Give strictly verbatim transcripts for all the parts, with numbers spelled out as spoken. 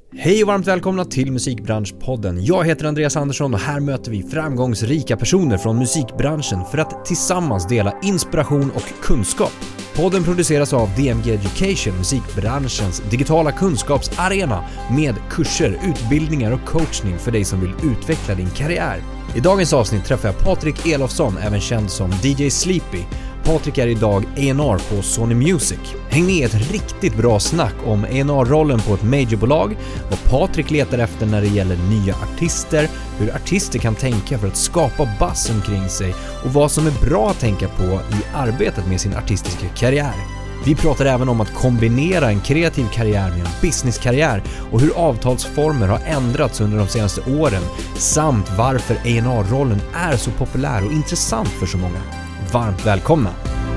Hej och varmt välkomna till Musikbranschpodden. Jag heter Andreas Andersson och här möter vi framgångsrika personer från musikbranschen för att tillsammans dela inspiration och kunskap. Podden produceras av D M G Education, musikbranschens digitala kunskapsarena med kurser, utbildningar och coachning för dig som vill utveckla din karriär. I dagens avsnitt träffar jag Patrik Elofsson, även känd som D J Sleepy. Patrik är idag A and R på Sony Music. Häng med i ett riktigt bra snack om A and R-rollen på ett majorbolag, vad Patrik letar efter när det gäller nya artister, hur artister kan tänka för att skapa buzz omkring sig och vad som är bra att tänka på i arbetet med sin artistiska karriär. Vi pratar även om att kombinera en kreativ karriär med en businesskarriär och hur avtalsformer har ändrats under de senaste åren samt varför A and R-rollen är så populär och intressant för så många. Varmt välkomna!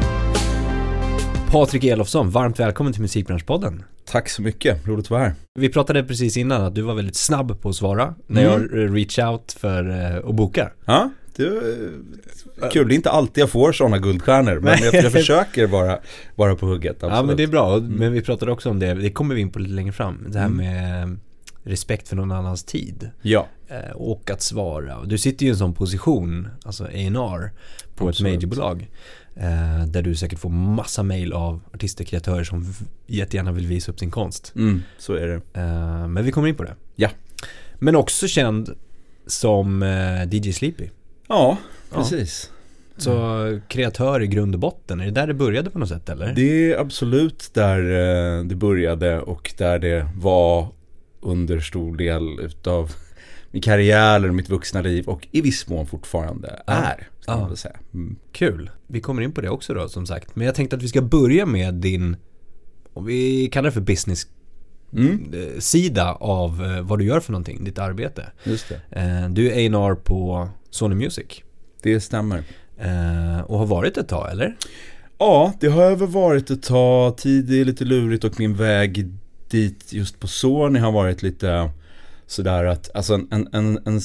Patrik Elofsson, varmt välkommen till Musikbranschpodden. Tack så mycket, roligt att vara här. Vi pratade precis innan att du var väldigt snabb på att svara när mm. jag reach out för att boka. Ja, det är kul. Det är inte alltid jag får sådana guldstjärnor, men jag, jag försöker vara, vara på hugget. Absolut. Ja, men det är bra. Mm. Men vi pratade också om det, det kommer vi in på lite längre fram. Det här mm. med respekt för någon annans tid. Ja. Och att svara. Du sitter ju i en sån position, alltså A and R på Absolut. Ett majorbolag, eh, där du säkert får massa mejl av artister, kreatörer som jättegärna vill visa upp sin konst. Mm, så är det. Eh, men vi kommer in på det. Ja. Men också känd som eh, D J Sleepy. Ja, precis. Ja. Så kreatör i grund och botten, är det där det började på något sätt eller? Det är absolut där eh, det började och där det var under stor del utav min karriär och mitt vuxna liv och i viss mån fortfarande ja. är, ska man väl säga. Mm. Kul. Vi kommer in på det också då, som sagt. Men jag tänkte att vi ska börja med din, om vi kallar det för business mm. sida av vad du gör för någonting, ditt arbete. Just det. Du är A and R på Sony Music. Det stämmer. Och har varit ett tag, eller? Ja, det har väl varit ett tag. Tid är lite lurigt och min väg dit just på Sony har varit lite sådär att alltså en, en, en, en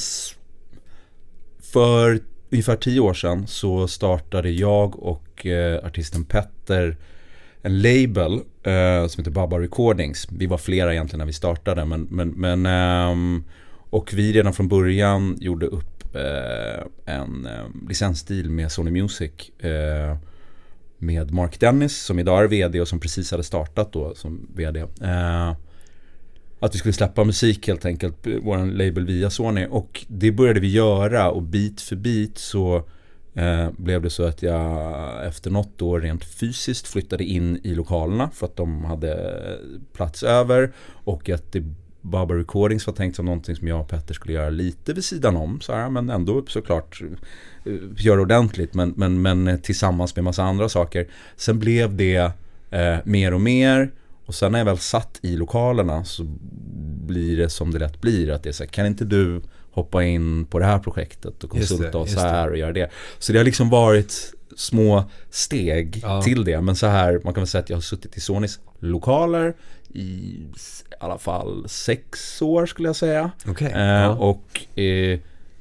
för ungefär tio år sedan så startade jag och eh, artisten Petter en label eh, som heter Baba Recordings. Vi var flera egentligen när vi startade, men, men, men eh, och vi redan från början gjorde upp eh, en eh, licensstil med Sony Music eh, med Mark Dennis som idag är vd och som precis hade startat då som vd. Eh, att vi skulle släppa musik helt enkelt, vår label via Sony, och det började vi göra och bit för bit så eh, blev det så att jag efter något år rent fysiskt flyttade in i lokalerna för att de hade plats över och att det Baba Recordings var tänkt som någonting som jag och Petter skulle göra lite vid sidan om så här, men ändå såklart göra ordentligt men, men, men tillsammans med massa andra saker. Sen blev det eh, mer och mer. Och sen när jag väl satt i lokalerna så blir det som det lätt blir. Att det är så här, kan inte du hoppa in på det här projektet och konsulta oss här och göra det. Så det har liksom varit små steg ja. till det. Men så här, man kan väl säga att jag har suttit i Sonys lokaler i i alla fall sex år skulle jag säga. Okay. Eh, ja. Och eh,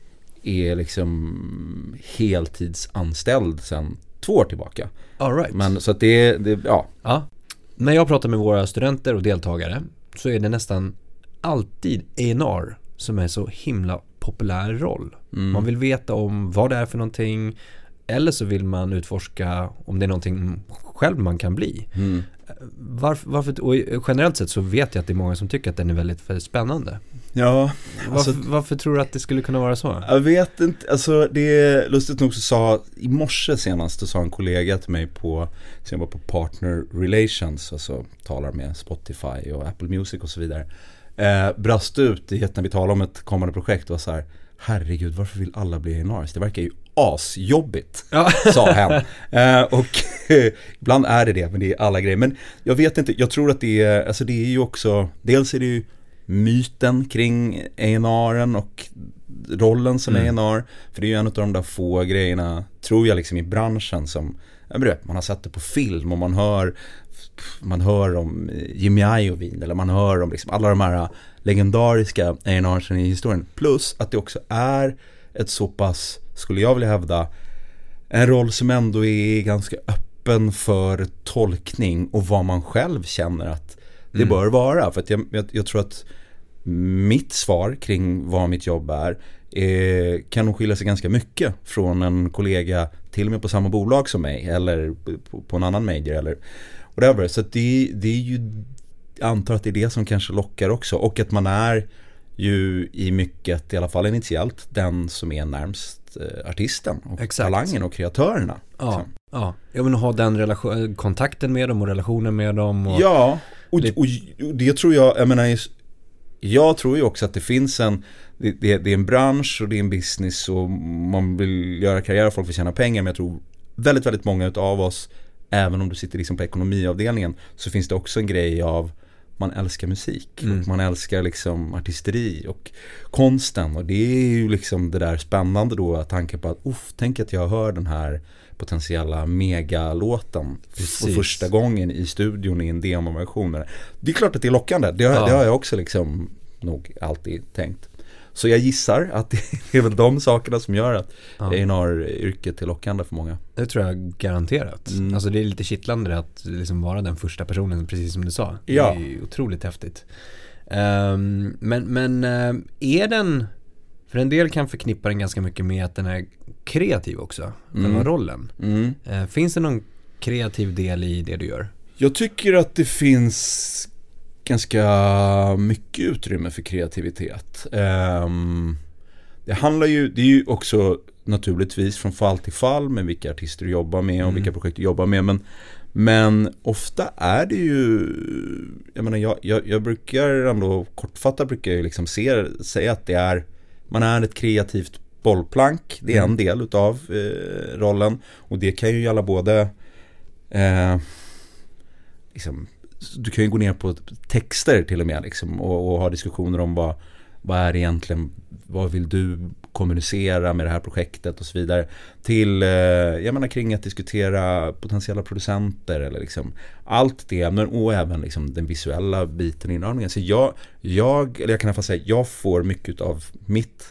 är liksom heltidsanställd sedan två år tillbaka. All right. Men så att det, det ja. Ja. När jag pratar med våra studenter och deltagare så är det nästan alltid A and R som är så himla populär roll. Mm. Man vill veta om vad det är för någonting eller så vill man utforska om det är någonting själv man kan bli. Mm. Varför, varför, och generellt sett så vet jag att det är många som tycker att den är väldigt, väldigt spännande. Ja, alltså, varför, varför tror du att det skulle kunna vara så? Jag vet inte, alltså det är lustigt nog så sa i morse senast så sa en kollega till mig på, som var på Partner Relations, alltså talar med Spotify och Apple Music och så vidare, eh, brast ut i när vi talar om ett kommande projekt och var så här, herregud, varför vill alla bli A and R? Det verkar ju asjobbigt, ja. sa hen. Eh, och ibland är det det, men det är alla grejer. Men jag vet inte, jag tror att det är, alltså det är ju också, dels är det ju myten kring A and R:en och rollen som mm. A and R, för det är ju en av de där få grejerna, tror jag, liksom i branschen som, jag vet, man har sett det på film och man hör man hör om Jimmy Iovine eller man hör om liksom alla de här legendariska A and R:en i historien, plus att det också är ett så pass, skulle jag vilja hävda, en roll som ändå är ganska öppen för tolkning och vad man själv känner att det mm. bör vara. För att jag, jag, jag tror att mitt svar kring vad mitt jobb är eh, kan nog skilja sig ganska mycket från en kollega till och med på samma bolag som mig eller på, på en annan major eller whatever. Så att det, det är ju, jag antar att det är det som kanske lockar också, och att man är ju i mycket, i alla fall initialt, den som är närmst eh, artisten och Exakt. talangen och kreatörerna. Ja, liksom. ja. Jag vill ha den relation, kontakten med dem och relationen med dem. Och ja, och, lite... och, och det tror jag, jag menar, jag tror ju också att det finns en, det, det, det är en bransch och det är en business och man vill göra karriär och folk vill tjäna pengar, men jag tror väldigt, väldigt många av oss, även om du sitter liksom på ekonomiavdelningen, så finns det också en grej av man älskar musik mm. och man älskar liksom artisteri och konsten, och det är ju liksom det där spännande då, att tanken på att uff, tänk att jag hör den här potentiella megalåten för första gången i studion i en demoversion. Det är klart att det är lockande, det har, ja. det har jag också liksom nog alltid tänkt. Så jag gissar att det är väl de sakerna som gör att ja. A and R-yrket är lockande för många. Det tror jag garanterat. Mm. Alltså det är lite kittlande att liksom vara den första personen, precis som du sa. Ja. Det är otroligt häftigt. Um, men men uh, är den, för en del kan förknippa den ganska mycket med att den är kreativ också, den mm. rollen. Mm. Uh, finns det någon kreativ del i det du gör? Jag tycker att det finns ganska mycket utrymme för kreativitet. Um, det handlar ju, det är ju också naturligtvis från fall till fall med vilka artister du jobbar med och mm. vilka projekt du jobbar med, men, men ofta är det ju, jag menar, jag, jag, jag brukar ändå kortfattat brukar jag liksom se, säga att det är, man är ett kreativt bollplank, det är mm. en del utav eh, rollen, och det kan ju gälla både eh, liksom, du kan ju gå ner på texter till och med liksom, och, och ha diskussioner om vad, vad är egentligen, vad vill du kommunicera med det här projektet och så vidare, till eh, jag menar kring att diskutera potentiella producenter eller liksom allt det, men och även liksom den visuella biten i inramningen. Så jag, jag, eller jag kan i alla fall säga, jag får mycket av mitt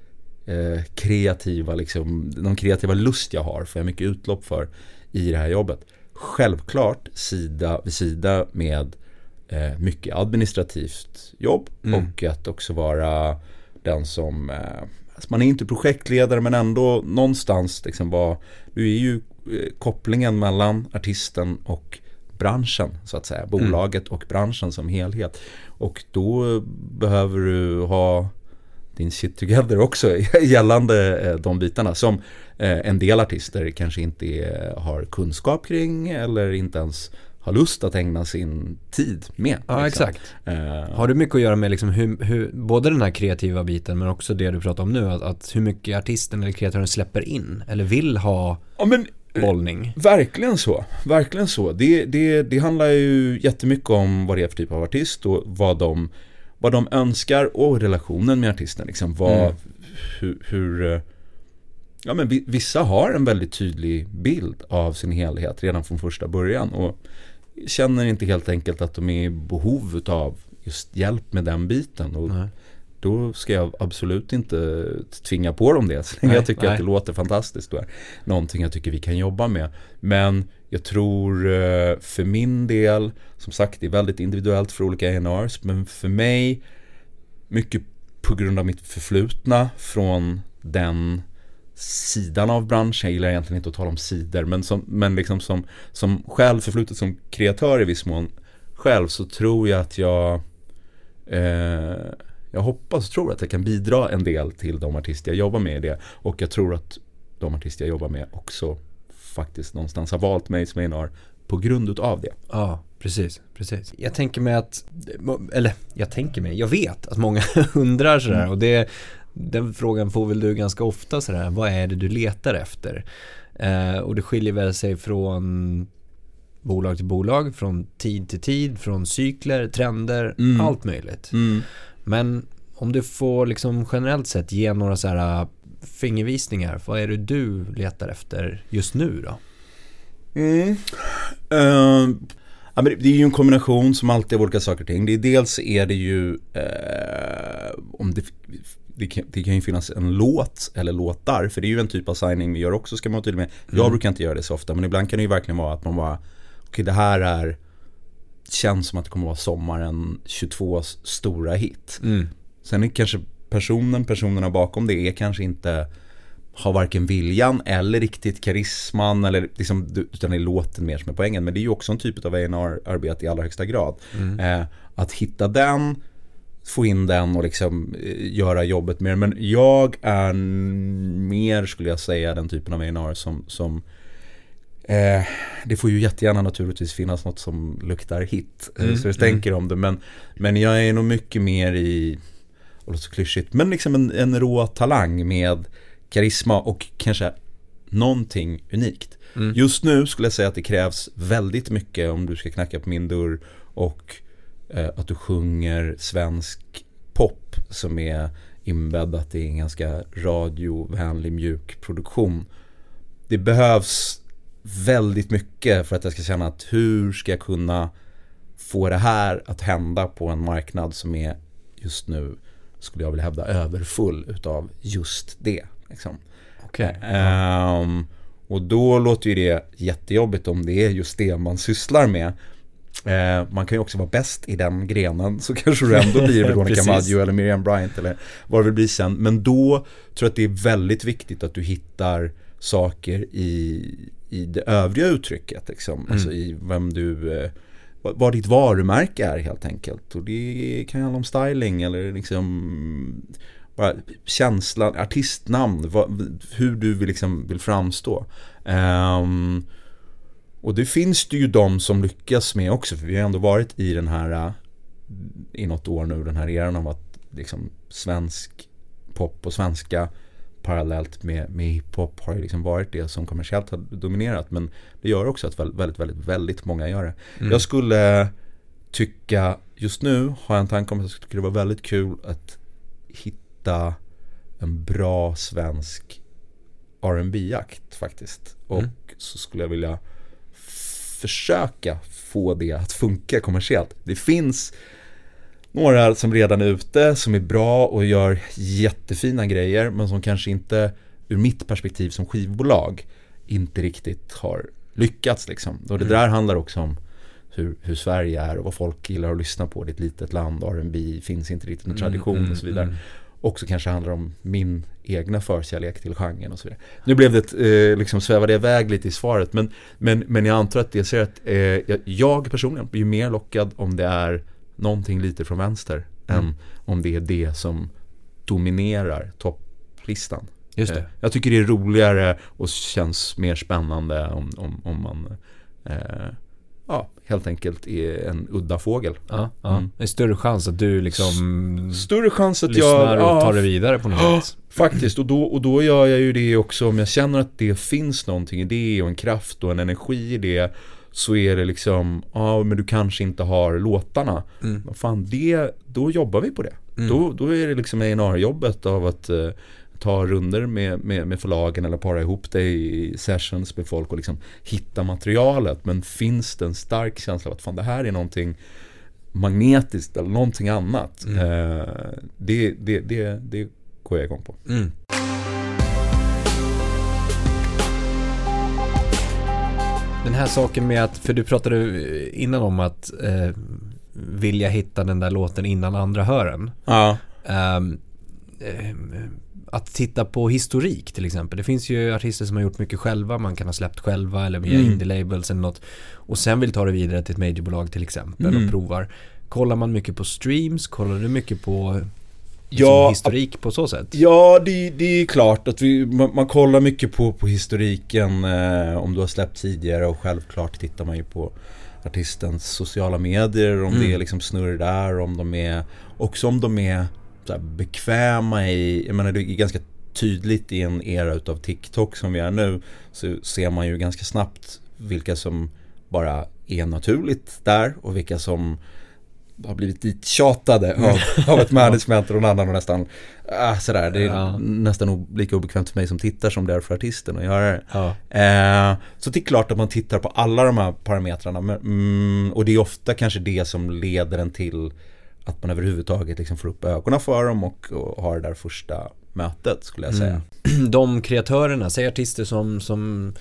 eh, kreativa liksom, de kreativa lust jag har, får jag mycket utlopp för i det här jobbet. Självklart sida vid sida med eh, mycket administrativt jobb mm. och att också vara den som eh, alltså man är inte projektledare, men ändå någonstans liksom var, du är ju eh, kopplingen mellan artisten och branschen så att säga, bolaget mm. och branschen som helhet, och då behöver du ha din shit together också gällande eh, de bitarna som eh, en del artister kanske inte är, har kunskap kring eller inte ens har lust att ägna sin tid med. Ja, liksom. Exakt. Uh, har du mycket att göra med liksom hur, hur, både den här kreativa biten men också det du pratar om nu, att, att hur mycket artisten eller kreatören släpper in eller vill ha ja, men, bollning? Verkligen så. Verkligen så. Det, det, det handlar ju jättemycket om vad det är för typ av artist och vad de vad de önskar och relationen med artisten liksom, vad, mm. hur, hur ja, men vissa har en väldigt tydlig bild av sin helhet redan från första början och känner inte helt enkelt att de är i behov av just hjälp med den biten, och nej. Då ska jag absolut inte tvinga på dem det, så länge jag tycker nej. Att det låter fantastiskt och är någonting jag tycker vi kan jobba med. Men jag tror för min del, som sagt, det är väldigt individuellt för olika A and R's, men för mig mycket på grund av mitt förflutna från den sidan av branschen, jag gillar egentligen inte att tala om sidor, men, som, men liksom som, som själv förflutet som kreatör i viss mån själv, så tror jag att jag eh, jag hoppas och tror att jag kan bidra en del till de artister jag jobbar med i det, och jag tror att de artister jag jobbar med också faktiskt någonstans har valt mig som en ar på grund av det. Ja, precis, precis. Jag tänker mig att, eller jag tänker mig, jag vet att många undrar sådär, mm. och det, den frågan får väl du ganska ofta sådär, vad är det du letar efter? Eh, och det skiljer väl sig från bolag till bolag, från tid till tid, från cykler, trender, mm. allt möjligt. Mm. Men om du får liksom generellt sett ge några så här fingervisningar, vad är det du letar efter just nu då? Mm. Uh, ja, men det är ju en kombination som alltid av olika saker och ting. Det är, dels är det ju uh, om det, det, kan, det kan ju finnas en låt eller låtar, för det är ju en typ av signing vi gör också, ska man till med. Jag mm. brukar inte göra det så ofta, men ibland kan det ju verkligen vara att man bara okej, okay, det här är känns som att det kommer vara sommaren tjugotvås stora hit. Mm. Sen är kanske personen, personerna bakom det är kanske inte har varken viljan eller riktigt karisman eller liksom, utan det är låten mer som är poängen. Men det är ju också en typ av A and R-arbete i allra högsta grad. Mm. Eh, att hitta den, få in den och liksom eh, göra jobbet mer. Men jag är mer, skulle jag säga, den typen av A and R som, som eh, det får ju jättegärna naturligtvis finnas något som luktar hit. Mm. Så jag tänker mm. om det. Men, men jag är nog mycket mer i, och det är så klyschigt, men liksom en, en rå talang med karisma och kanske någonting unikt. Mm. Just nu skulle jag säga att det krävs väldigt mycket om du ska knacka på min dörr och eh, att du sjunger svensk pop som är inbäddat i en ganska radiovänlig mjuk produktion. Det behövs väldigt mycket för att jag ska känna att hur ska jag kunna få det här att hända på en marknad som är just nu, skulle jag vilja hävda, överfull utav just det. Liksom. Okay. Um, och då låter ju det jättejobbigt om det är just det man sysslar med. Uh, man kan ju också vara bäst i den grenen, så kanske du ändå blir Veronica Maggio eller Miriam Bryant eller vad det vill bli sen. Men då tror jag att det är väldigt viktigt att du hittar saker i, i det övriga uttrycket. Liksom. Mm. Alltså i vem du... Uh, vad ditt varumärke är helt enkelt. Och det kan handla om styling eller liksom bara känslan, artistnamn, vad, hur du vill, liksom, vill framstå. Um, och det finns det ju de som lyckas med också, för vi har ändå varit i den här i något år nu, den här eran av att liksom svensk pop och svenska parallellt med, med hiphop har ju liksom varit det som kommersiellt har dominerat, men det gör också att väldigt, väldigt, väldigt många gör det. Mm. Jag skulle tycka, just nu har jag en tanke om att jag skulle tycka det var väldigt kul att hitta en bra svensk R and B-akt faktiskt. Och mm. så skulle jag vilja f- försöka få det att funka kommersiellt. Det finns några som redan är ute som är bra och gör jättefina grejer, men som kanske inte ur mitt perspektiv som skivbolag inte riktigt har lyckats liksom. Och det där handlar också om hur, hur Sverige är och vad folk gillar att lyssna på. Det är ett litet land, R and B finns inte riktigt en tradition mm, och så vidare. Mm. Också kanske handlar om min egna förkärlek till genren och så vidare. Nu blev det ett, eh, liksom svävade iväg lite i svaret, men, men, men jag antar att jag ser att eh, jag, jag personligen blir mer lockad om det är någonting lite från vänster mm. än om det är det som dominerar topplistan. Just det. Jag tycker det är roligare och känns mer spännande om, om, om man eh, ja, helt enkelt är en udda fågel. Ja, ja. Mm. Det är större chans att du liksom S- större chans att lyssnar jag och tar det vidare på något ja, sätt. Faktiskt, och då, och då gör jag ju det också om jag känner att det finns någonting i det och en kraft och en energi i det, så är det liksom, ja men du kanske inte har låtarna. Mm. Vad fan, det, då jobbar vi på det. Mm. Då, då är det liksom A and R-jobbet av att uh, ta runder med, med, med förlagen eller para ihop det i sessions med folk och liksom hitta materialet. Men finns det en stark känsla av att fan, det här är någonting magnetiskt eller någonting annat. Mm. Uh, det, det, det, det går jag igång på. Mm. Den här saken med att, för du pratade innan om att eh, vilja hitta den där låten innan andra hör den. Ja. Um, eh, att titta på historik till exempel. Det finns ju artister som har gjort mycket själva, man kan ha släppt själva eller via mm. indie-labels eller något, och sen vill ta det vidare till ett majorbolag till exempel mm. och provar. Kollar man mycket på streams? Kollar du mycket på liksom ja, historik på så sätt? Ja, det, det är klart att vi, man, man kollar mycket på, på historiken eh, om du har släppt tidigare, och självklart tittar man ju på artistens sociala medier, om mm. det är liksom snurr där, om de är också om de är så här bekväma i, jag menar det är ganska tydligt i en era utav TikTok som vi är nu, så ser man ju ganska snabbt vilka som bara är naturligt där och vilka som har blivit dittjatade av, av ett management och någon annan och nästan äh, sådär, det är ja. nästan lika obekvämt för mig som tittar som det är för artisten att göra det. Ja. Eh, så det är klart att man tittar på alla de här parametrarna, men, mm, och det är ofta kanske det som leder en till att man överhuvudtaget liksom får upp ögonen för dem och, och har det där första mötet, skulle jag säga. Mm. De kreatörerna, säg artister som, som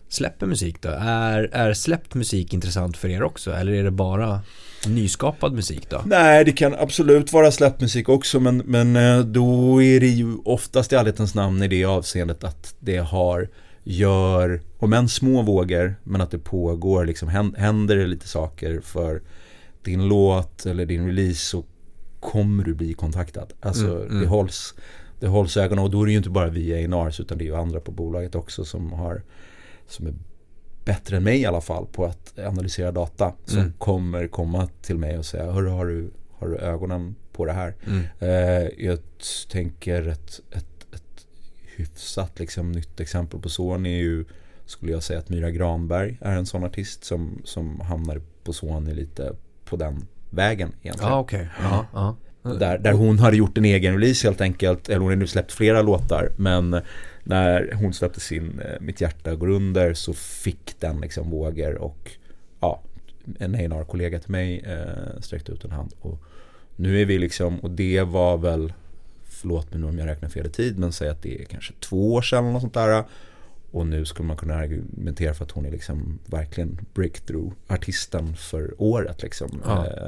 släpper musik då? Är, är släppt musik intressant för er också? Eller är det bara nyskapad musik då? Nej, det kan absolut vara släppt musik också, men, men då är det ju oftast i ärlighetens namn i det avseendet att det har, gör, om än små vågor, men att det pågår, liksom händer det lite saker för din låt eller din release, så kommer du bli kontaktad. Alltså mm, mm. det hålls det hålls ögonen, och då är det ju inte bara vi i A and R, utan det är ju andra på bolaget också som har som är bättre än mig i alla fall på att analysera data, som mm. kommer komma till mig och säga, hörru, har du, har du ögonen på det här? Mm. Eh, jag tänker ett, ett, ett hyfsat liksom, nytt exempel på Sony är ju, skulle jag säga, att Myra Granberg är en sån artist som, som hamnar på Sony lite på den vägen egentligen. Ah, okay. ja, ja. Där, där hon hade gjort en egen release helt enkelt, eller hon har nu släppt flera låtar, men när hon släppte sin Mitt hjärta går under, så fick den liksom vågor, och ja, en A and R-kollega till mig eh, sträckte ut en hand, och nu är vi liksom, och det var väl, förlåt mig nu om jag räknar fel i tid, men säg att det är kanske två år sedan eller något sånt där, och nu skulle man kunna argumentera för att hon är liksom verkligen breakthrough-artisten för året liksom. Ja. Eh,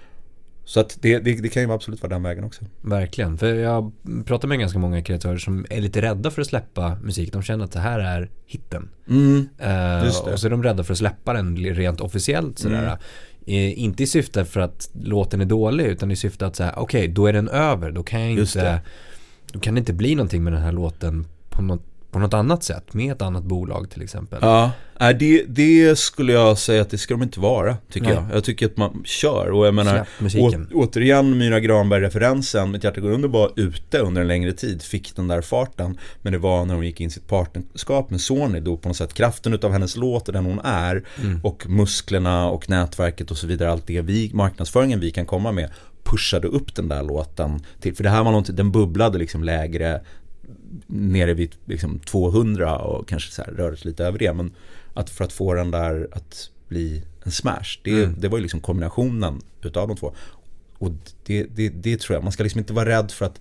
Så att det, det, det kan ju absolut vara den vägen också. Verkligen, för jag pratar med ganska många kreatörer som är lite rädda för att släppa musik. De känner att det här är hitten. Mm, uh, och så är de rädda för att släppa den rent officiellt sådär. Mm. Uh, inte i syfte för att låten är dålig, utan i syfte att säga, okej, okay, då är den över. Då kan jag inte, då kan det inte bli någonting med den här låten på något på något annat sätt, med ett annat bolag till exempel. Ja, det, det skulle jag säga att det ska de inte vara, tycker Nej. jag. Jag tycker att man kör, och jag menar, å, återigen Myra Granberg-referensen, Mitt hjärta går under var ute under en längre tid, fick den där farten, men det var när hon gick in sitt partnerskap med Sony, då på något sätt kraften utav hennes låt och den hon är, mm. och musklerna och nätverket och så vidare, allt det vi, marknadsföringen vi kan komma med, pushade upp den där låten till, för det här var något, den bubblade liksom lägre nere vid liksom tvåhundra och kanske så här rörde sig lite över det, men att för att få den där att bli en smash, det, mm. det var ju liksom kombinationen utav de två, och det, det, det tror jag, man ska liksom inte vara rädd för att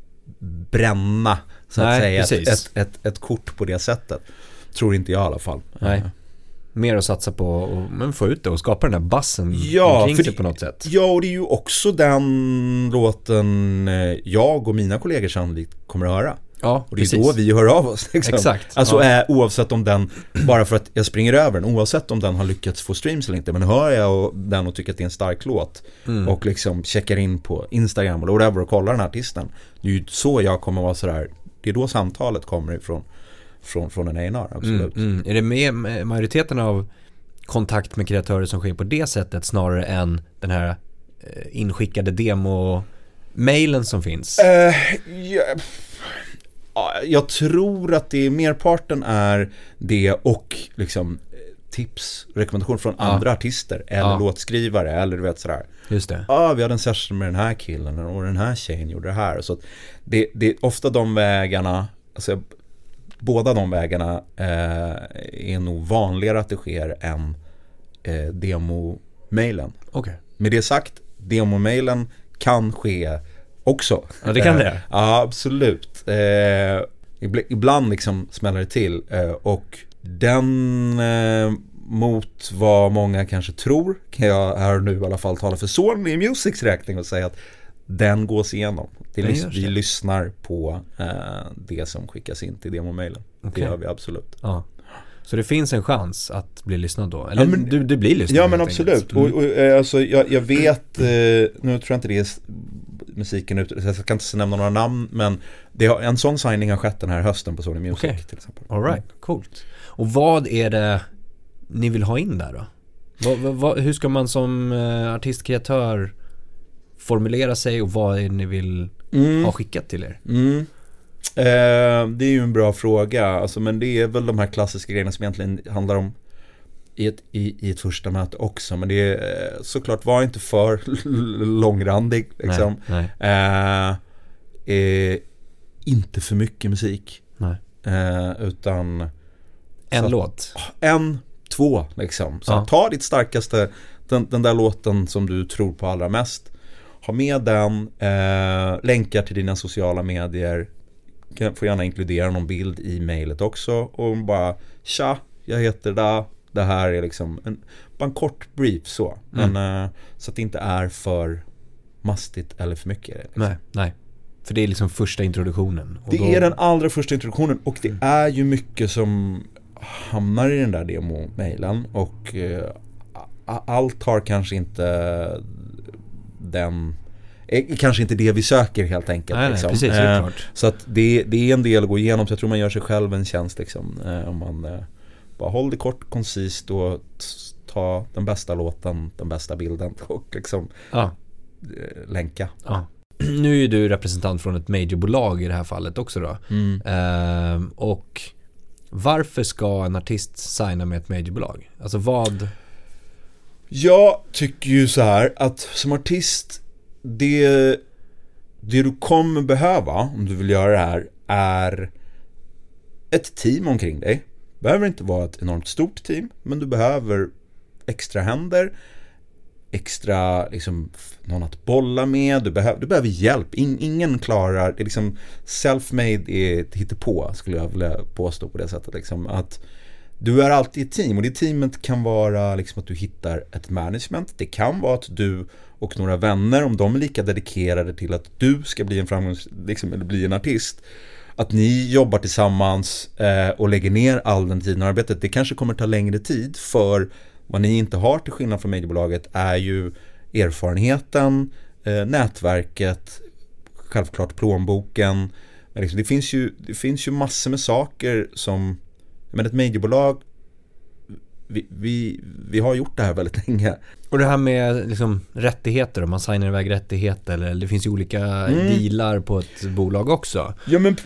bränna så att Nej, säga ett, ett, ett, ett kort på det sättet, tror inte jag i alla fall. Nej. Mer att satsa på och, men få ut det och skapa den där bassen ja, omkring sig på något sätt. Ja, och det är ju också den låten jag och mina kollegor sannolikt kommer att höra. Ja, och det är precis. Då vi hör av oss liksom. Exakt. Alltså ja. är, oavsett om den, bara för att jag springer över den, oavsett om den har lyckats få streams eller inte, men hör jag och den och tycker att det är en stark låt mm. och liksom checkar in på Instagram eller whatever och kollar den här artisten, det är ju så jag kommer vara sådär, det är då samtalet kommer ifrån från, från en A and R, absolut. Mm, mm. Är det med majoriteten av kontakt med kreatörer som sker på det sättet snarare än den här eh, inskickade demo-mailen som finns? Uh, yeah. Jag tror att det är merparten är det, och liksom tips, rekommendation från ja. andra artister eller ja. låtskrivare eller du vet sådär. Just det. Ja, ah, vi hade en session med den här killen och den här tjejen gjorde det här, så att det, det är ofta de vägarna, alltså båda de vägarna eh, är nog vanligare att det sker än eh, demo-mailen. Okay. Med det sagt, demo-mailen kan ske också. Ja, det kan det. Ja, absolut. Eh, ibland liksom smäller det till. Eh, och den eh, mot vad många kanske tror, kan jag här nu i alla fall tala för Sony Musics räkning och säga att den gås igenom. Det lys- vi lyssnar på eh, det som skickas in till demo-mailen. Okay. Det gör vi absolut. Ja. Så det finns en chans att bli lyssnad då? Eller ja, men, du, du blir lyssnad? Ja, men absolut. Mm. Och, och, alltså, jag, jag vet, eh, nu tror jag inte det är musiken ut, jag kan inte nämna några namn, men det har, en sån signing har skett den här hösten på Sony Music okay. till exempel. All right, coolt. Och vad är det ni vill ha in där då? Vad, vad, hur ska man som uh, artistkreatör formulera sig och vad är det ni vill mm. ha skickat till er? Mm. Eh, det är ju en bra fråga, alltså, men det är väl de här klassiska grejerna som egentligen handlar om i ett, i, i ett första möte också, men det är såklart, var inte för långrandig liksom. Nej, nej. Eh, eh, inte för mycket musik. Nej. Eh, utan en så, låt. En, två liksom. Så ja. ta ditt starkaste, den, den där låten som du tror på allra mest. Ha med den, eh, länkar till dina sociala medier. Får gärna inkludera någon bild i mejlet också och bara, tja, jag heter da, det här är liksom en, bara en kort brief så. Men, mm. uh, så att det inte är för mastigt eller för mycket. Liksom. Nej, nej. För det är liksom första introduktionen. Och det då... är den allra första introduktionen och det är ju mycket som hamnar i den där demo-mailen och uh, allt har kanske inte den kanske inte det vi söker helt enkelt. Nej, liksom. nej, precis, eh, klart. Så att det, det är en del att gå igenom så jag tror man gör sig själv en tjänst liksom, eh, om man eh, bara håller det kort, koncist och ta den bästa låten, den bästa bilden och liksom ja. eh, länka. Ja. Nu är ju du representant från ett majorbolag i det här fallet också då. Mm. Eh, och varför ska en artist signa med ett majorbolag? Alltså vad... Jag tycker ju så här att som artist det, det du kommer behöva om du vill göra det här är ett team omkring dig. Det behöver inte vara ett enormt stort team, men du behöver extra händer, extra liksom, någon att bolla med, du behöver, du behöver hjälp. In, ingen klarar, det är liksom self-made är ett hittepå skulle jag vilja påstå på det sättet liksom, att du är alltid ett team och det teamet kan vara liksom att du hittar ett management. Det kan vara att du och några vänner, om de är lika dedikerade till att du ska bli en framgångs liksom, eller bli en artist, att ni jobbar tillsammans eh, och lägger ner all den tiden och arbetet. Det kanske kommer ta längre tid, för vad ni inte har till skillnad från mediebolaget är ju erfarenheten, eh, nätverket, självklart plånboken. Men liksom, det finns ju det finns ju massor med saker som, men ett mediebolag, vi, vi, vi har gjort det här väldigt länge. Och det här med liksom rättigheter, om man signar iväg rättigheter, eller det finns ju olika mm. dealar på ett bolag också. Ja, men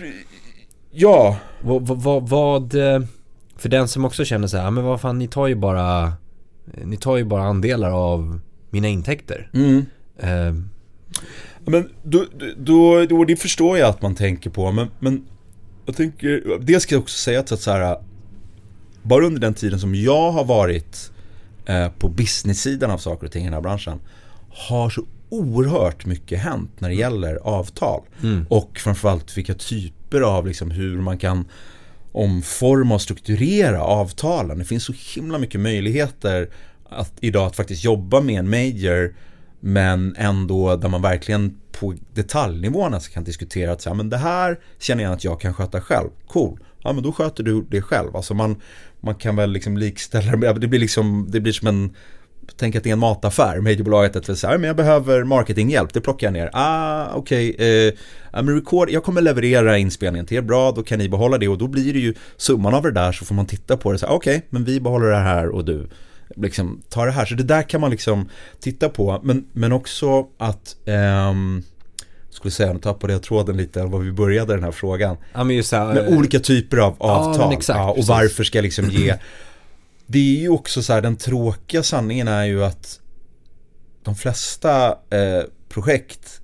ja. Vad, vad, vad för den som också känner så här, men vad fan, ni tar ju bara ni tar ju bara andelar av mina intäkter. Mm. Eh. Men då, då, då, det förstår jag att man tänker på, men, men jag tänker, det ska jag också säga att så här, bara under den tiden som jag har varit eh, på business-sidan av saker och ting i den här branschen har så oerhört mycket hänt när det gäller avtal. Mm. Och framförallt vilka typer av liksom, hur man kan omforma och strukturera avtalen. Det finns så himla mycket möjligheter att, idag att faktiskt jobba med en major, men ändå där man verkligen på detaljnivåerna kan diskutera att så här, men det här känner jag att jag kan sköta själv. Cool. Ja, men då sköter du det själv. Alltså man, man kan väl liksom likställa, det blir liksom, det blir som en, tänk att det är en mataffär. Mediebolaget att säga, men jag behöver marketinghjälp, det plockar jag ner. Ah, okej. Okay, eh, record, jag kommer leverera inspelningen till er, bra, då kan ni behålla det och då blir det ju summan av det där, så får man titta på det så här, okej, okay, men vi behåller det här och du liksom tar det här. Så det där kan man liksom titta på, men, men också att ehm, skulle säga, nu tappade jag tråden lite vad vi började den här frågan. Ja, men just så här, med äh, olika typer av avtal. Ja, exakt, ja, och precis. Varför ska jag liksom ge. Det är ju också så här, den tråkiga sanningen är ju att de flesta eh, projekt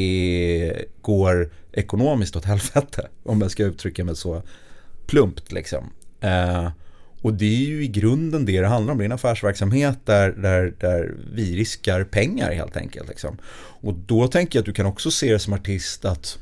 är, går ekonomiskt åt helvete, om jag ska uttrycka mig så plumpt liksom. Eh, och det är ju i grunden det det handlar om. Det är en affärsverksamhet där, där, där vi riskar pengar helt enkelt liksom. Och då tänker jag att du kan också se det som artist att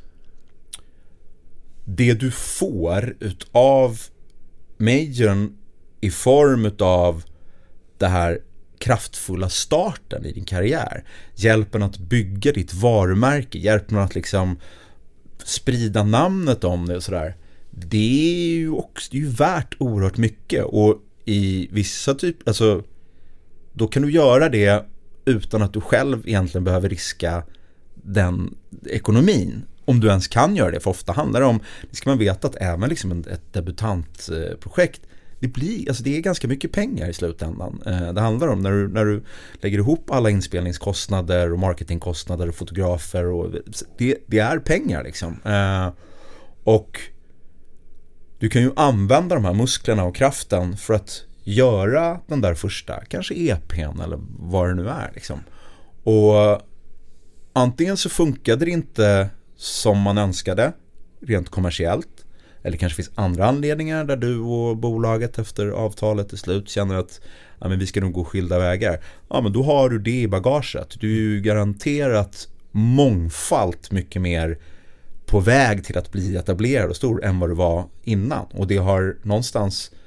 det du får utav majorn i form utav det här kraftfulla starten i din karriär, hjälpen att bygga ditt varumärke, hjälpen att liksom sprida namnet om det och sådär, det är ju också, det är ju värt oerhört mycket. Och i vissa typ, alltså då kan du göra det utan att du själv egentligen behöver riska den ekonomin, om du ens kan göra det. För ofta handlar det om, det ska man veta, att även liksom ett debutantprojekt, det blir, alltså det är ganska mycket pengar i slutändan. Det handlar om när du, när du lägger ihop alla inspelningskostnader och marketingkostnader och fotografer, och det, det är pengar liksom. Och du kan ju använda de här musklerna och kraften för att göra den där första, kanske E P:n eller vad det nu är liksom. Och antingen så funkade det inte som man önskade rent kommersiellt, eller kanske finns andra anledningar där du och bolaget efter avtalet till slut känner att ja, men vi ska nog gå skilda vägar. Ja, men då har du det i bagaget. Du är ju garanterat mångfalt mycket mer på väg till att bli etablerad och stor än vad du var innan. Och det har någonstans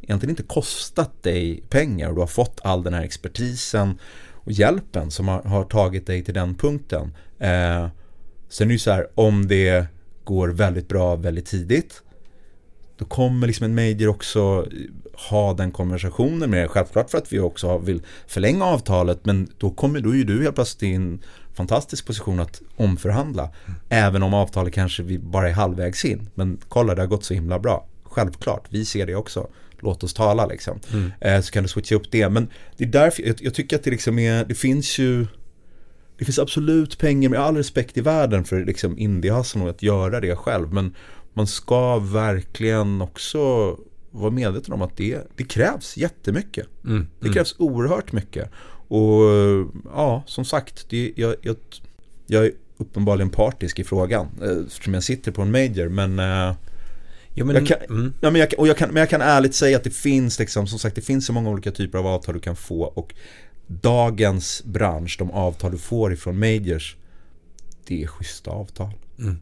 egentligen inte kostat dig pengar och du har fått all den här expertisen och hjälpen som har, har tagit dig till den punkten. Eh, sen är det ju så här, om det går väldigt bra väldigt tidigt, då kommer liksom en major också ha den konversationen med, självklart för att vi också vill förlänga avtalet, men då kommer då ju du helt plötsligt i en fantastisk position att omförhandla, mm. även om avtalet kanske vi bara är halvvägs in, men kolla, det har gått så himla bra. Självklart, vi ser det också. Låt oss tala liksom. Mm. Eh, så kan du switcha upp det, men det är därför jag, jag tycker att det liksom är, det finns ju det finns absolut pengar med all respekt i världen för liksom indie-hustle och att göra det själv, men man ska verkligen också vara medveten om att det, det krävs jättemycket. Mm. Det krävs mm. oerhört mycket. Och ja, som sagt, det, jag, jag, jag är uppenbarligen partisk i frågan eftersom jag sitter på en major, men, ja, men, jag, kan, mm. ja, men, jag, och jag, kan, men jag kan ärligt säga att det finns liksom, som sagt, det finns så många olika typer av avtal du kan få, och dagens bransch, de avtal du får ifrån majors, det är schyssta avtal. Mm.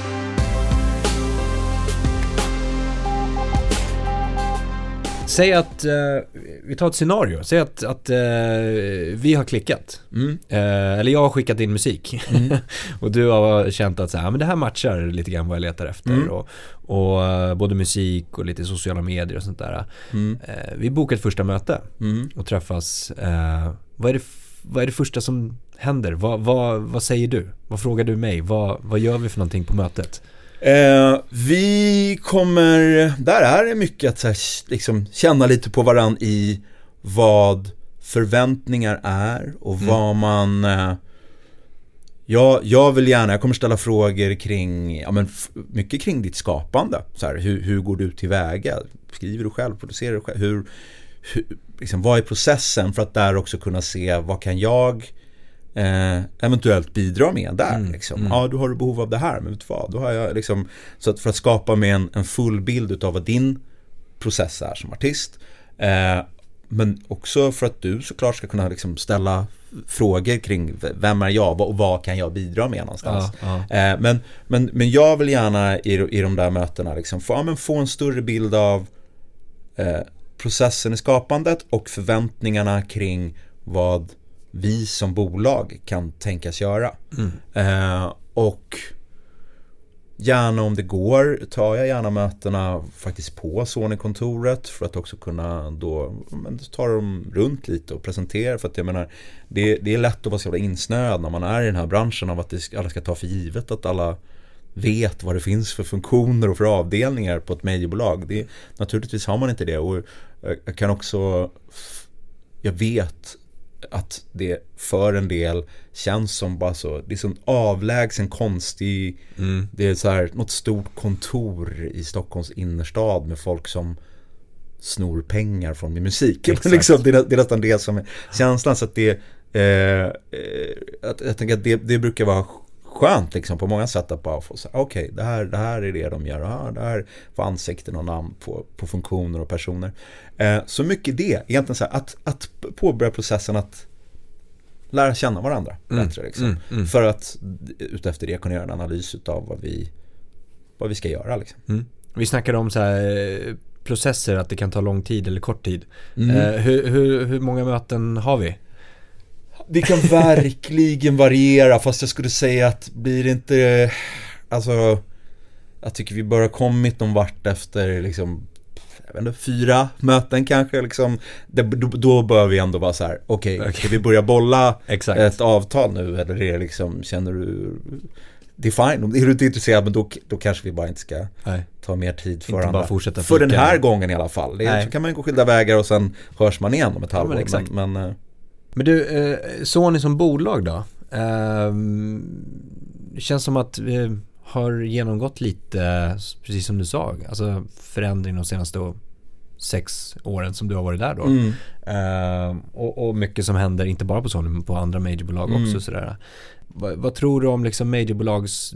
Säg att, eh, vi tar ett scenario. Säg att, att eh, vi har klickat. Mm. Eh, eller jag har skickat in musik. Mm. Och du har känt att så här, men det här matchar lite grann vad jag letar efter. Mm. Och, och uh, både musik och lite sociala medier och sånt där. Mm. Eh, vi bokar ett första möte mm. och träffas. Eh, vad, är det, vad är det första som händer? Vad, vad, vad säger du? Vad frågar du mig? Vad, vad gör vi för någonting på mötet? Eh, vi kommer, där är det mycket att så här, liksom, känna lite på varann i vad förväntningar är och mm. vad man eh, jag, jag vill gärna, jag kommer ställa frågor kring, ja, men f- mycket kring ditt skapande, så här, hur, hur går du tillväga, skriver du själv, producerar du själv, hur, hur, liksom, vad är processen, för att där också kunna se vad kan jag Eh, eventuellt bidra med där mm, liksom. mm. Ja, du har behov av det här, men vet du vad, då har jag liksom, så att för att skapa med en, en full bild utav vad din process är som artist, eh, men också för att du såklart ska kunna liksom ställa frågor kring vem är jag och vad kan jag bidra med någonstans. Ja, ja. Eh, men, men, men jag vill gärna i, i de där mötena liksom få, ja, men få en större bild av eh, processen i skapandet och förväntningarna kring vad vi som bolag kan tänkas göra. Mm. Eh, och gärna om det går tar jag gärna mötena faktiskt på Sony-kontoret för att också kunna då men, ta dem runt lite och presentera, för att jag menar det, det är lätt att vara så insnöad när man är i den här branschen av att det, alla ska ta för givet att alla vet vad det finns för funktioner och för avdelningar på ett mediebolag. Det, naturligtvis har man inte det, och jag kan också jag vet att det för en del känns som bara så, det är sån avlägsen konstig mm. det är så här något stort kontor i Stockholms innerstad med folk som snor pengar från min musik. Liksom, det, är, det är nästan det som är känslan, så att det eh, att, jag tänker att det, det brukar vara skönt liksom på många sätt att bara få säga okej, okay, det, här, det här är det de gör, ah, det här får ansikten och namn på, på funktioner och personer. Eh, så mycket det, egentligen så här, att, att påbörja processen att lära känna varandra mm. bättre liksom. Mm, mm. För att utefter det kunna göra en analys av vad vi, vad vi ska göra liksom. Mm. Vi snackar om så här processer, att det kan ta lång tid eller kort tid. Mm. Eh, hur, hur, hur många möten har vi? Det kan verkligen variera, fast jag skulle säga att blir det inte, alltså jag tycker vi bara kommit någon vart efter liksom, jag vet inte, fyra möten kanske liksom, det, då, då bör vi ändå vara så här, okej, okay, okay. Ska vi börja bolla ett avtal nu, eller är det liksom, känner du det är fine, är du inte intresserad, men då, då kanske vi bara inte ska Nej. ta mer tid för inte bara fortsätta för den här gången i alla fall. Det är, så kan man gå skilda vägar och sen hörs man igen om ett halvår. Ja, men, men, men Men du, eh, Sony som bolag då? Eh, det känns som att vi har genomgått lite, precis som du sa, alltså förändring de senaste sex åren som du har varit där då. Mm. Eh, och, och mycket som händer, inte bara på Sony men på andra majorbolag mm. också. Sådär. Vad, vad tror du om liksom majorbolags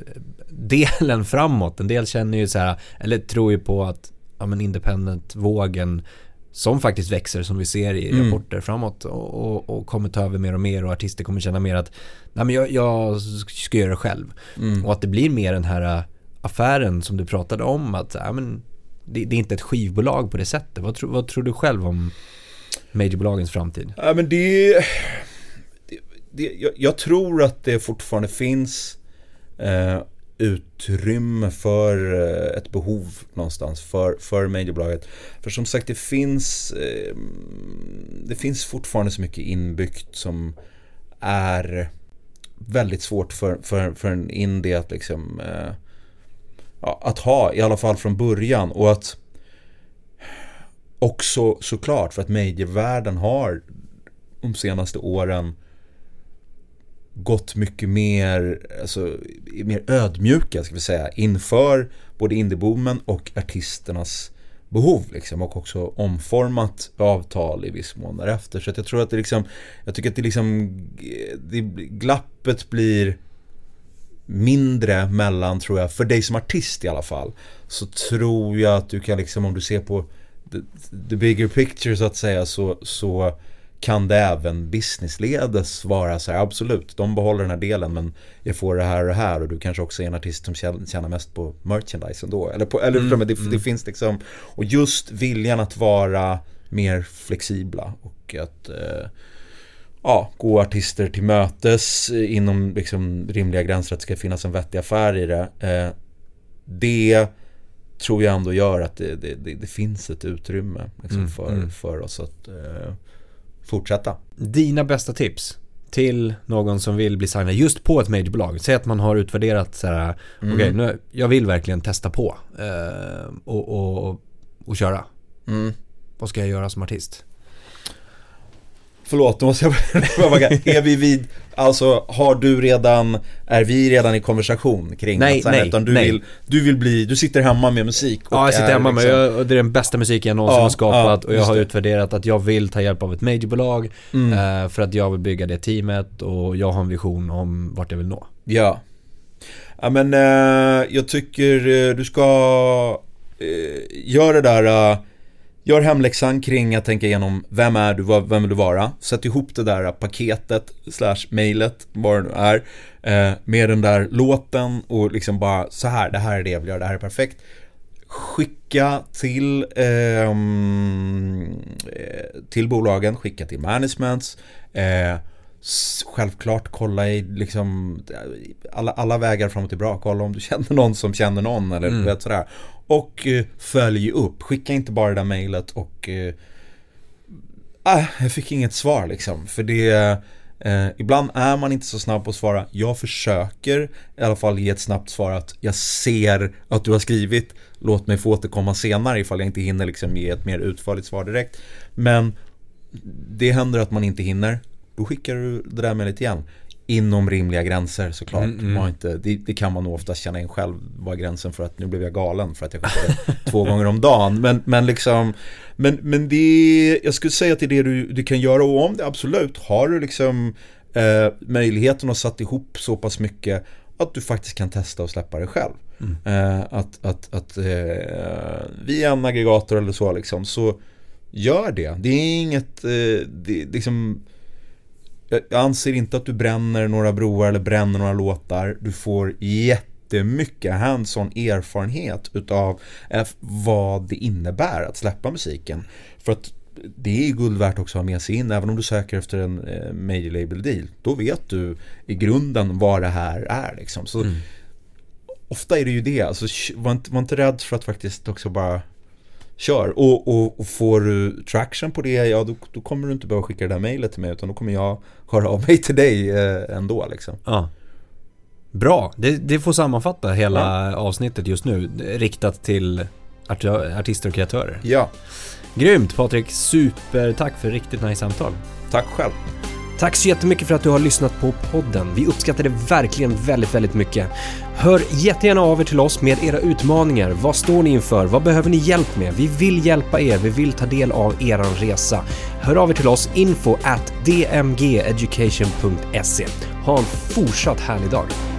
delen framåt? En del känner ju så här, eller tror ju på att ja, men independent-vågen som faktiskt växer, som vi ser i mm. rapporter framåt, och, och, och kommer ta över mer och mer, och artister kommer känna mer att nej, men jag, jag ska göra det själv. Mm. Och att det blir mer den här affären som du pratade om, att ja, men, det, det är inte ett skivbolag på det sättet. Vad, tro, vad tror du själv om majorbolagens framtid? Ja, men det, det, det jag, jag tror att det fortfarande finns eh, utrymme för eh, ett behov någonstans för, för majorbolaget. För som sagt, det finns eh, det finns fortfarande så mycket inbyggt som är väldigt svårt för, för, för en indie att liksom eh, ja, att ha, i alla fall från början. Och att också såklart för att majorvärlden har de senaste åren gått mycket mer, alltså, mer ödmjuka, ska vi säga, inför både indieboomen och artisternas behov liksom, och också omformat avtal i viss mån därefter. Så att jag tror att det liksom, jag tycker att det liksom det, glappet blir mindre mellan, tror jag, för dig som artist i alla fall, så tror jag att du kan liksom, om du ser på the, the bigger picture så att säga, så, så kan det även businessledes vara så här, absolut, de behåller den här delen, men jag får det här och det här, och du kanske också är en artist som tjänar mest på merchandise ändå, eller, på, eller mm, det, mm. det finns liksom, och just viljan att vara mer flexibla och att eh, ja, gå artister till mötes inom liksom rimliga gränser, att det ska finnas en vettig affär i det, eh, det tror jag ändå gör att det, det, det, det finns ett utrymme liksom, mm, för, mm. för oss att eh, fortsätta. Dina bästa tips till någon som vill bli signad just på ett majorbolag. Säg att man har utvärderat så här, mm. okej, okay, jag vill verkligen testa på eh, och, och, och, och köra. Mm. Vad ska jag göra som artist? Förlåt, då måste jag bara är vi vid, alltså har du redan, är vi redan i konversation kring nej, att, nej, utan du nej. vill, du vill bli, du sitter hemma med musik och ja, jag sitter är, hemma liksom, med, jag, och det är den bästa musiken jag någonsin ja, har skapat, ja, och jag har det. utvärderat att jag vill ta hjälp av ett majorbolag mm. eh, för att jag vill bygga det teamet, och jag har en vision om vart jag vill nå. Ja, ja men eh, jag tycker eh, du ska eh, göra det där, eh, gör hemläxan kring att tänka igenom vem är du, vem vill du vara. Sätt ihop det där paketet slash mailet, vad det nu är, eh, med den där låten, och liksom bara så här, det här är det jag vill göra, det här är perfekt. Skicka till eh, till bolagen, skicka till managements, eh, självklart kolla i liksom alla, alla vägar fram och till bra, kolla om du känner någon som känner någon eller mm. vet sådär. Och eh, följ upp, skicka inte bara det där mejlet och eh, ah, jag fick inget svar liksom, för det eh, ibland är man inte så snabb på att svara. Jag försöker i alla fall ge ett snabbt svar, att jag ser att du har skrivit, låt mig få återkomma senare ifall jag inte hinner liksom ge ett mer utförligt svar direkt. Men det händer att man inte hinner, då skickar du det där mejlet igen. Inom rimliga gränser såklart. Mm, mm. Man inte, det, det kan man nog ofta känna in själv, var gränsen för att nu blev jag galen för att jag skickade två gånger om dagen. Men, men liksom men, men det, jag skulle säga att det är det du, du kan göra, och om det absolut har du liksom eh, möjligheten att sätta ihop så pass mycket att du faktiskt kan testa och släppa det själv. Mm. Eh, att att, att eh, via en aggregator eller så liksom, så gör det. Det är inget eh, det, liksom, jag anser inte att du bränner några broar eller bränner några låtar. Du får jättemycket hands-on erfarenhet utav vad det innebär att släppa musiken. För att det är guld värt också att ha med sig in. Även om du söker efter en eh, major label deal, då vet du i grunden vad det här är liksom. Så mm. ofta är det ju det. Alltså, var, inte, var inte rädd för att faktiskt också bara kör. Och, och, och får du traction på det, ja då, då kommer du inte behöva skicka det där mejlet till mig, utan då kommer jag höra av mig till dig eh, ändå liksom. Ja. Bra, det, det får sammanfatta hela ja. avsnittet just nu, riktat till art- artister och kreatörer. Ja. Grymt Patrik, super, tack för riktigt nice samtal. Tack själv. Tack så jättemycket för att du har lyssnat på podden. Vi uppskattar det verkligen väldigt, väldigt mycket. Hör jättegärna av er till oss med era utmaningar. Vad står ni inför? Vad behöver ni hjälp med? Vi vill hjälpa er. Vi vill ta del av eran resa. Hör av er till oss, info at d m g education punkt s e. Ha en fortsatt härlig dag.